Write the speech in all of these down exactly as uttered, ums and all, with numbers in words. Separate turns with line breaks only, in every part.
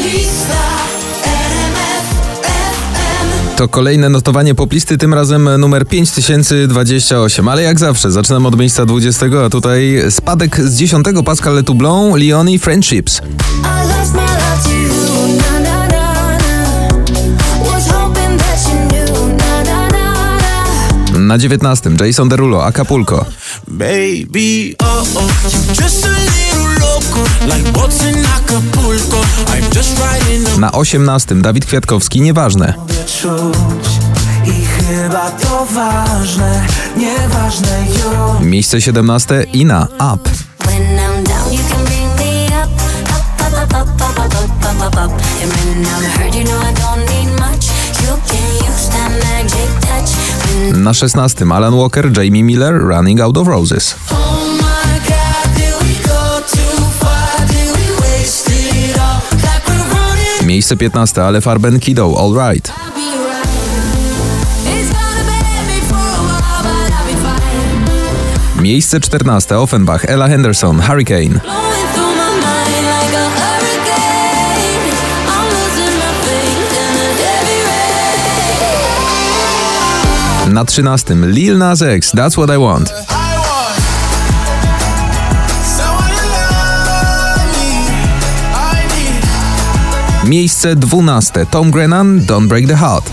To kolejne notowanie poplisty, tym razem numer pięć tysięcy dwadzieścia osiem. Ale jak zawsze, zaczynam od miejsca dwudziestego, a tutaj spadek z dziesiątego. Pascal Le Toublon, Leonie, Friendships. Na dziewiętnastym Jason Derulo, Acapulco.
Baby, oh, oh, just a little loco, like boats in Acapulco. I'm just riding the...
Na osiemnastym Dawid Kwiatkowski, Nieważne.
I chyba to ważne, nieważne już.
Miejsce siedemnaste Ina, Up. Na szesnastym Alan Walker, Jamie Miller, Running Out of Roses. Miejsce piętnaste Ale Farben, Kiddo, All Right. Miejsce czternaste Offenbach, Ella Henderson, Hurricane. Na trzynastym Lil Nas X, That's What I Want. Miejsce dwunaste Tom Grennan, Don't Break the Heart.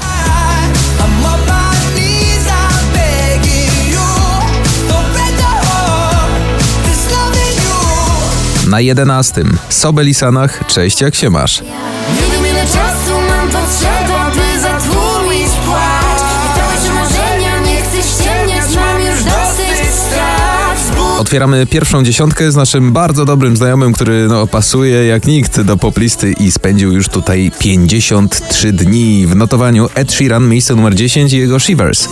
Na jedenastym Sobel i Sanach, Cześć, jak się masz.
Nie wiem, ile czasu mam potrzeba, by zatłumić płacz. Pytałeś o marzenia, nie chcę ściemniać, mam już dosyć strat.
Otwieramy pierwszą dziesiątkę z naszym bardzo dobrym znajomym, który no, pasuje jak nikt do poplisty i spędził już tutaj pięćdziesiąt trzy dni w notowaniu. Ed Sheeran, miejsce numer dziesięć i jego Shivers.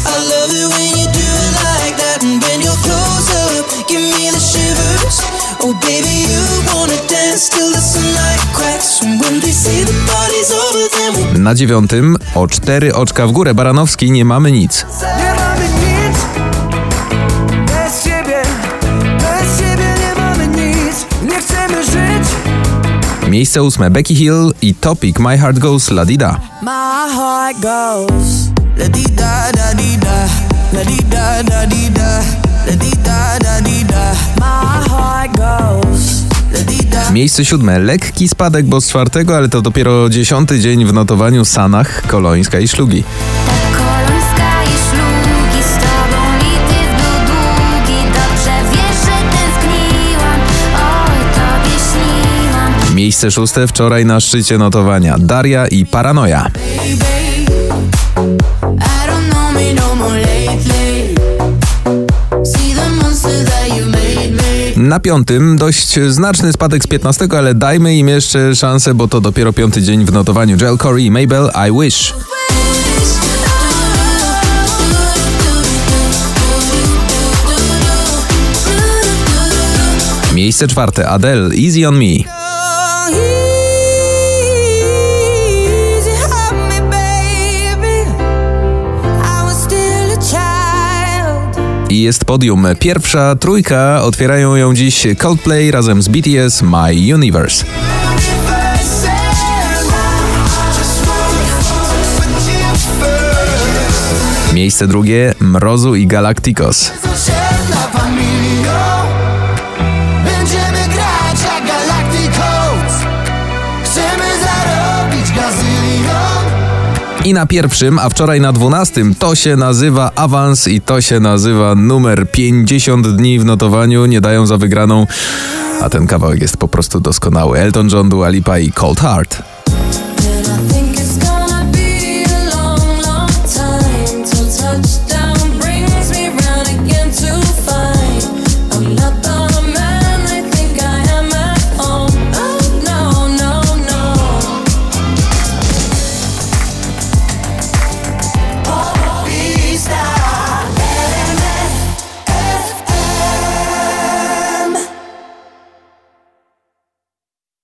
Na dziewiątym o cztery oczka w górę Baranowski, Nie mamy nic.
Nie mamy nic, bez ciebie, bez ciebie nie mamy nic, nie chcemy żyć.
Miejsce ósme Becky Hill i Topic, My Heart Goes La Di Da.
My heart goes la di da da di da, la di da da di da, la di da da di da. My heart goes la di da.
Miejsce siódme lekki spadek, bo z czwartego, ale to dopiero dziesiąty dzień w notowaniu Sanach, Kolońska i Szlugi.
Kolońska i Szlugi, z tobą lity w długi. Dobrze wiesz, że tęskniłam, oj, tobie śniłam.
Miejsce szóste wczoraj na szczycie notowania Daria i Paranoja. Na piątym dość znaczny spadek z piętnastego, ale dajmy im jeszcze szansę, bo to dopiero piąty dzień w notowaniu. Joel Corey i Mabel, I Wish. Miejsce czwarte Adele, Easy on Me. I jest podium. Pierwsza trójka, otwierają ją dziś Coldplay razem z B T S, My Universe. Miejsce drugie Mrozu i Galacticos.
Będziemy grać jak Galacticos, chcemy zarobić gazylion.
I na pierwszym, a wczoraj na dwunastym, to się nazywa awans i to się nazywa numer pięćdziesiąt dni w notowaniu, nie dają za wygraną, a ten kawałek jest po prostu doskonały. Elton John, Dua Lipa i Cold Heart.